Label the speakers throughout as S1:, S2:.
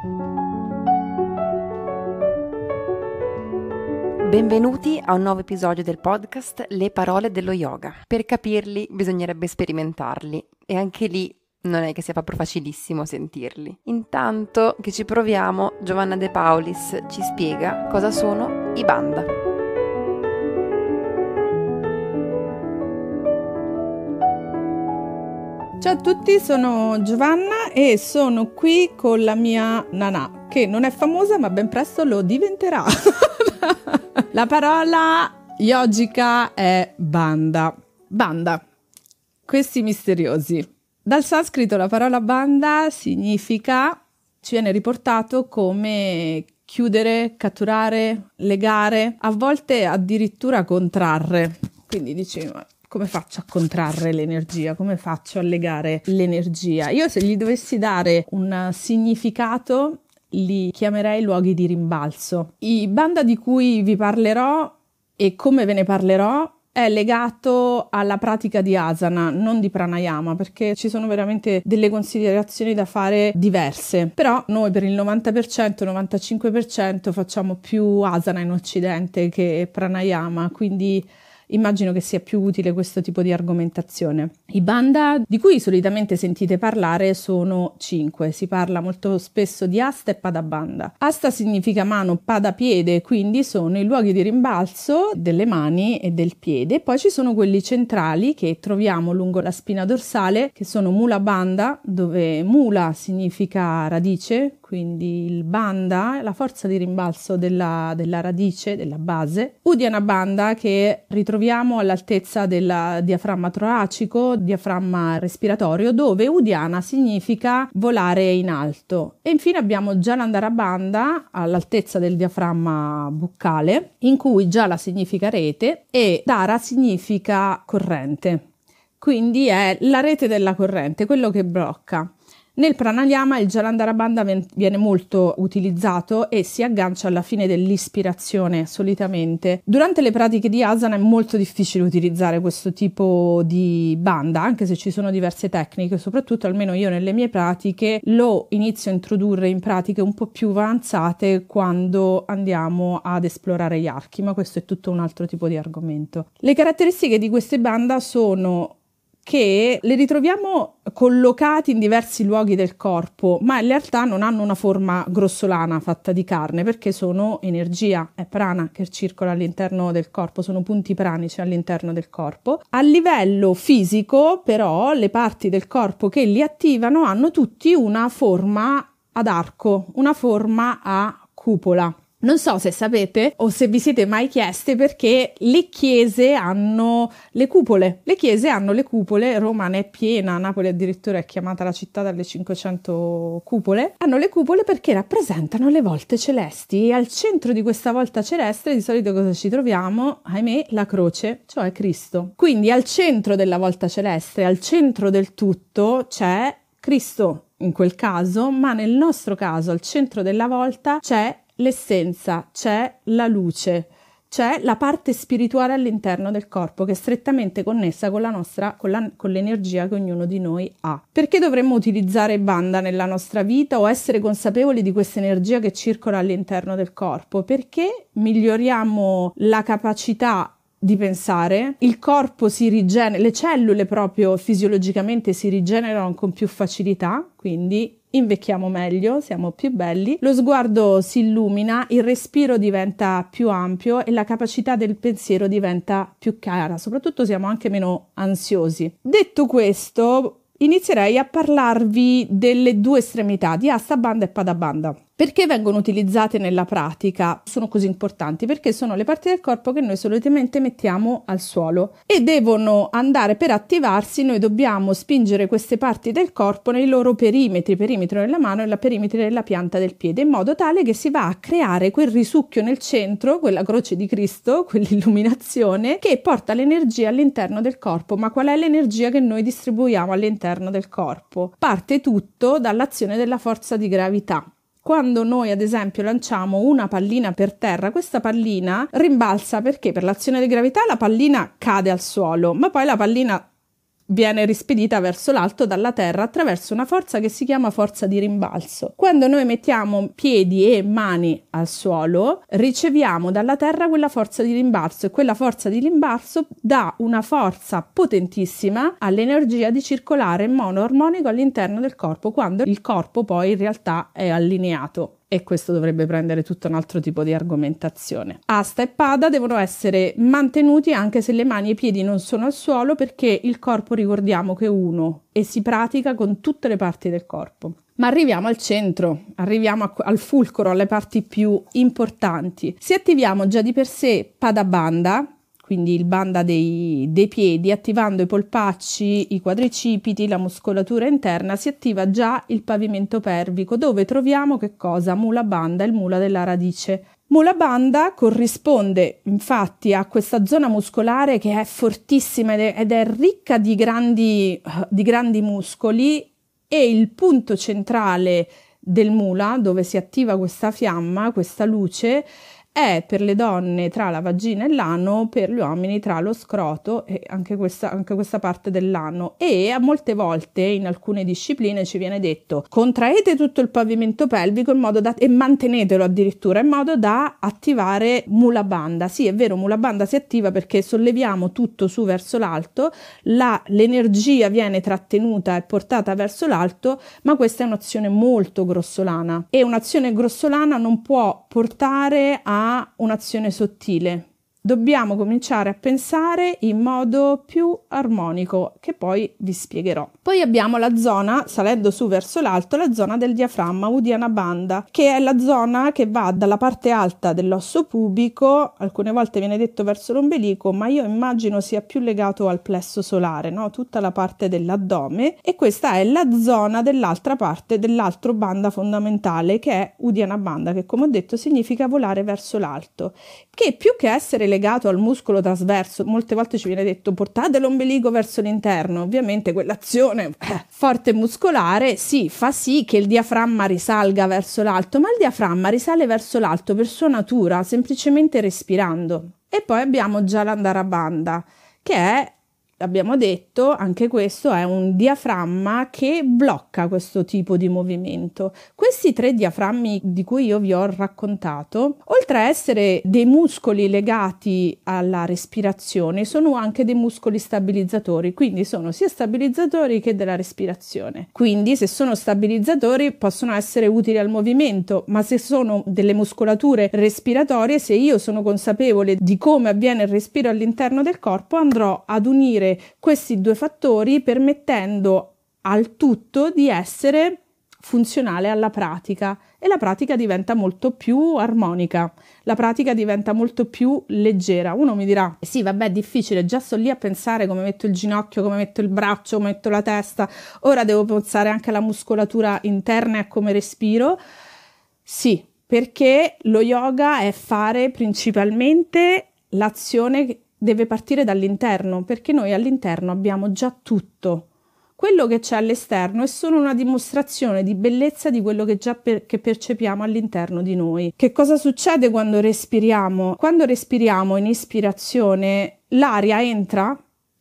S1: Benvenuti a un nuovo episodio del podcast Le parole dello yoga. Per capirli bisognerebbe sperimentarli e anche lì non è che sia proprio facilissimo sentirli. Intanto che ci proviamo, Giovanna De Paulis ci spiega cosa sono i bandha.
S2: Ciao a tutti, sono Giovanna e sono qui con la mia Nanà, che non è famosa ma ben presto lo diventerà. La parola yogica è bandha. Bandha, questi misteriosi. Dal sanscrito la parola bandha significa, ci viene riportato come chiudere, catturare, legare, a volte addirittura contrarre. Quindi dici, come faccio a contrarre l'energia? Come faccio a legare l'energia? Io se gli dovessi dare un significato li chiamerei luoghi di rimbalzo. I bandha di cui vi parlerò e come ve ne parlerò è legato alla pratica di asana, non di pranayama, perché ci sono veramente delle considerazioni da fare diverse. Però noi per il 90%, 95% facciamo più asana in Occidente che pranayama, quindi immagino che sia più utile questo tipo di argomentazione. I bandha di cui solitamente sentite parlare sono 5. Si parla molto spesso di asta e pada bandha. Asta significa mano, pada piede, quindi sono i luoghi di rimbalzo delle mani e del piede. Poi ci sono quelli centrali che troviamo lungo la spina dorsale, che sono mula bandha, dove mula significa radice, quindi il bandha, la forza di rimbalzo della radice, della base. Uddiyana bandha, che ritroviamo all'altezza del diaframma toracico, diaframma respiratorio, dove uddiyana significa volare in alto. E infine abbiamo jalandhara bandha all'altezza del diaframma buccale, in cui jala significa rete e dhara significa corrente. Quindi è la rete della corrente, quello che blocca. Nel pranayama il jalandhara bandha viene molto utilizzato e si aggancia alla fine dell'ispirazione solitamente. Durante le pratiche di asana è molto difficile utilizzare questo tipo di bandha, anche se ci sono diverse tecniche, soprattutto almeno io nelle mie pratiche lo inizio a introdurre in pratiche un po' più avanzate quando andiamo ad esplorare gli archi, ma questo è tutto un altro tipo di argomento. Le caratteristiche di queste bandha sono che le ritroviamo collocati in diversi luoghi del corpo, ma in realtà non hanno una forma grossolana fatta di carne, perché sono energia, è prana che circola all'interno del corpo, sono punti pranici all'interno del corpo. A livello fisico, però, le parti del corpo che li attivano hanno tutti una forma ad arco, una forma a cupola. Non so se sapete o se vi siete mai chieste perché le chiese hanno le cupole. Le chiese hanno le cupole, Roma ne è piena, Napoli addirittura è chiamata la città dalle 500 cupole. Hanno le cupole perché rappresentano le volte celesti e al centro di questa volta celeste di solito cosa ci troviamo? Ahimè, la croce, cioè Cristo. Quindi al centro della volta celeste, al centro del tutto c'è Cristo in quel caso, ma nel nostro caso al centro della volta c'è l'essenza, c'è la luce, c'è la parte spirituale all'interno del corpo che è strettamente connessa con la nostra, con l'energia che ognuno di noi ha. Perché dovremmo utilizzare bandha nella nostra vita o essere consapevoli di questa energia che circola all'interno del corpo? Perché miglioriamo la capacità di pensare, il corpo si rigenera, le cellule proprio fisiologicamente si rigenerano con più facilità, quindi invecchiamo meglio, siamo più belli, lo sguardo si illumina, il respiro diventa più ampio e la capacità del pensiero diventa più chiara, soprattutto siamo anche meno ansiosi. Detto questo, inizierei a parlarvi delle due estremità di asta bandha e pada bandha. Perché vengono utilizzate nella pratica? Sono così importanti perché sono le parti del corpo che noi solitamente mettiamo al suolo e devono andare, per attivarsi noi dobbiamo spingere queste parti del corpo nei loro perimetro della mano e la perimetro della pianta del piede, in modo tale che si va a creare quel risucchio nel centro, quella croce di Cristo, quell'illuminazione che porta l'energia all'interno del corpo. Ma qual è l'energia che noi distribuiamo all'interno del corpo? Parte tutto dall'azione della forza di gravità. Quando noi ad esempio lanciamo una pallina per terra, questa pallina rimbalza perché per l'azione di gravità la pallina cade al suolo, ma poi la pallina viene rispedita verso l'alto dalla terra attraverso una forza che si chiama forza di rimbalzo. Quando noi mettiamo piedi e mani al suolo, riceviamo dalla terra quella forza di rimbalzo, e quella forza di rimbalzo dà una forza potentissima all'energia di circolare in modo armonico all'interno del corpo, quando il corpo poi in realtà è allineato. E questo dovrebbe prendere tutto un altro tipo di argomentazione. Asta e pada devono essere mantenuti anche se le mani e i piedi non sono al suolo, perché il corpo, ricordiamo che è uno e si pratica con tutte le parti del corpo. Ma arriviamo al centro, arriviamo al fulcro, alle parti più importanti. Se attiviamo già di per sé Pada Bandha, quindi il bandha dei piedi, attivando i polpacci, i quadricipiti, la muscolatura interna, si attiva già il pavimento pelvico, dove troviamo che cosa? Mula Bandha, il mula della radice. Mula Bandha corrisponde infatti a questa zona muscolare che è fortissima ed è ricca di grandi muscoli, e il punto centrale del mula, dove si attiva questa fiamma, questa luce, è per le donne tra la vagina e l'ano, per gli uomini tra lo scroto e anche questa parte dell'ano. E a molte volte in alcune discipline ci viene detto: contraete tutto il pavimento pelvico e mantenetelo addirittura, in modo da attivare Mula Bandha. Sì, è vero, Mula Bandha si attiva perché solleviamo tutto su verso l'alto, l'energia viene trattenuta e portata verso l'alto, ma questa è un'azione molto grossolana, e un'azione grossolana non può portare a un'azione sottile. Dobbiamo cominciare a pensare in modo più armonico, che poi vi spiegherò. Poi abbiamo la zona, salendo su verso l'alto, la zona del diaframma, Uddiyana Bandha, che è la zona che va dalla parte alta dell'osso pubico, alcune volte viene detto verso l'ombelico, ma io immagino sia più legato al plesso solare, no? Tutta la parte dell'addome, e questa è la zona dell'altra parte dell'altro bandha fondamentale, che è Uddiyana Bandha, che come ho detto significa volare verso l'alto, che più che essere legato al muscolo trasverso, molte volte ci viene detto portate l'ombelico verso l'interno. Ovviamente quell'azione forte muscolare fa sì che il diaframma risalga verso l'alto, ma il diaframma risale verso l'alto per sua natura, semplicemente respirando. E poi abbiamo Jalandhara Bandha, che è, abbiamo detto, anche questo è un diaframma che blocca questo tipo di movimento. Questi 3 diaframmi di cui io vi ho raccontato, oltre a essere dei muscoli legati alla respirazione, sono anche dei muscoli stabilizzatori, quindi sono sia stabilizzatori che della respirazione. Quindi se sono stabilizzatori possono essere utili al movimento, ma se sono delle muscolature respiratorie, se io sono consapevole di come avviene il respiro all'interno del corpo, andrò ad unire questi 2 fattori, permettendo al tutto di essere funzionale alla pratica, e la pratica diventa molto più armonica, la pratica diventa molto più leggera. Uno mi dirà: sì, vabbè, è difficile, già sto lì a pensare come metto il ginocchio, come metto il braccio, come metto la testa, ora devo pensare anche alla muscolatura interna e a come respiro. Sì, perché lo yoga è fare principalmente l'azione, deve partire dall'interno, perché noi all'interno abbiamo già tutto. Quello che c'è all'esterno è solo una dimostrazione di bellezza di quello che già che percepiamo all'interno di noi. Che cosa succede quando respiriamo? Quando respiriamo in ispirazione, l'aria entra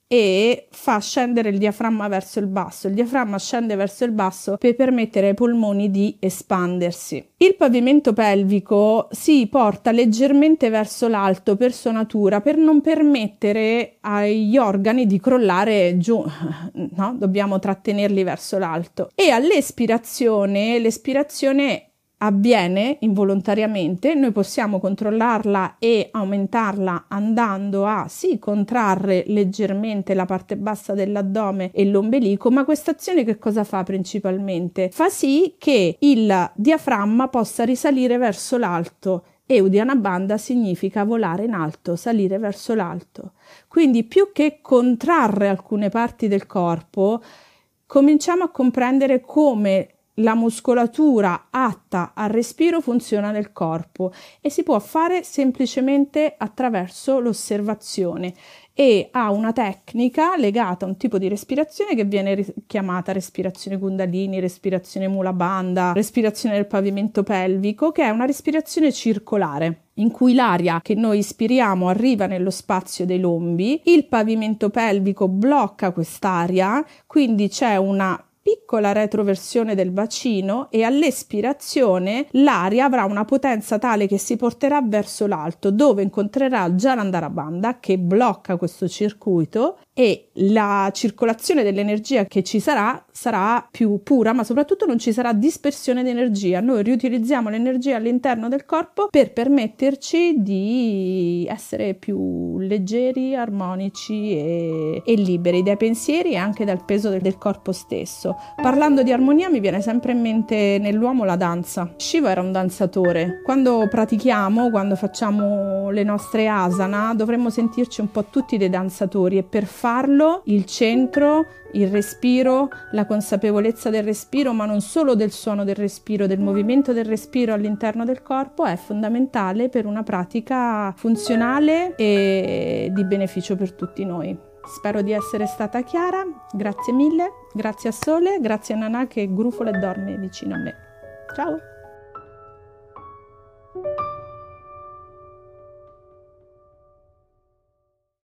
S2: e fa scendere il diaframma verso il basso. Il diaframma scende verso il basso per permettere ai polmoni di espandersi. Il pavimento pelvico si porta leggermente verso l'alto per sua natura, per non permettere agli organi di crollare giù, no? Dobbiamo trattenerli verso l'alto. E all'espirazione, l'espirazione avviene involontariamente, noi possiamo controllarla e aumentarla andando a contrarre leggermente la parte bassa dell'addome e l'ombelico, ma questa azione che cosa fa principalmente? Fa sì che il diaframma possa risalire verso l'alto, e Uddiyana Bandha significa volare in alto, salire verso l'alto. Quindi più che contrarre alcune parti del corpo, cominciamo a comprendere come la muscolatura atta al respiro funziona nel corpo, e si può fare semplicemente attraverso l'osservazione, e ha una tecnica legata a un tipo di respirazione che viene chiamata respirazione Kundalini, respirazione Mula Bandha, respirazione del pavimento pelvico, che è una respirazione circolare. in cui l'aria che noi ispiriamo arriva nello spazio dei lombi, il pavimento pelvico blocca quest'aria, quindi c'è una piccola retroversione del bacino e all'espirazione l'aria avrà una potenza tale che si porterà verso l'alto, dove incontrerà Jalandhara che blocca questo circuito, e la circolazione dell'energia che ci sarà più pura, ma soprattutto non ci sarà dispersione di energia. Noi riutilizziamo l'energia all'interno del corpo per permetterci di essere più leggeri, armonici e liberi dai pensieri e anche dal peso del corpo stesso. Parlando di armonia mi viene sempre in mente nell'uomo la danza. Shiva era un danzatore. Quando pratichiamo, quando facciamo le nostre asana, dovremmo sentirci un po' tutti dei danzatori, e per farlo il centro, il respiro, la consapevolezza del respiro, ma non solo del suono del respiro, del movimento del respiro all'interno del corpo, è fondamentale per una pratica funzionale e di beneficio per tutti noi. Spero di essere stata chiara, grazie mille, grazie a Sole, grazie a Nanà che grufola e dorme vicino a me. Ciao!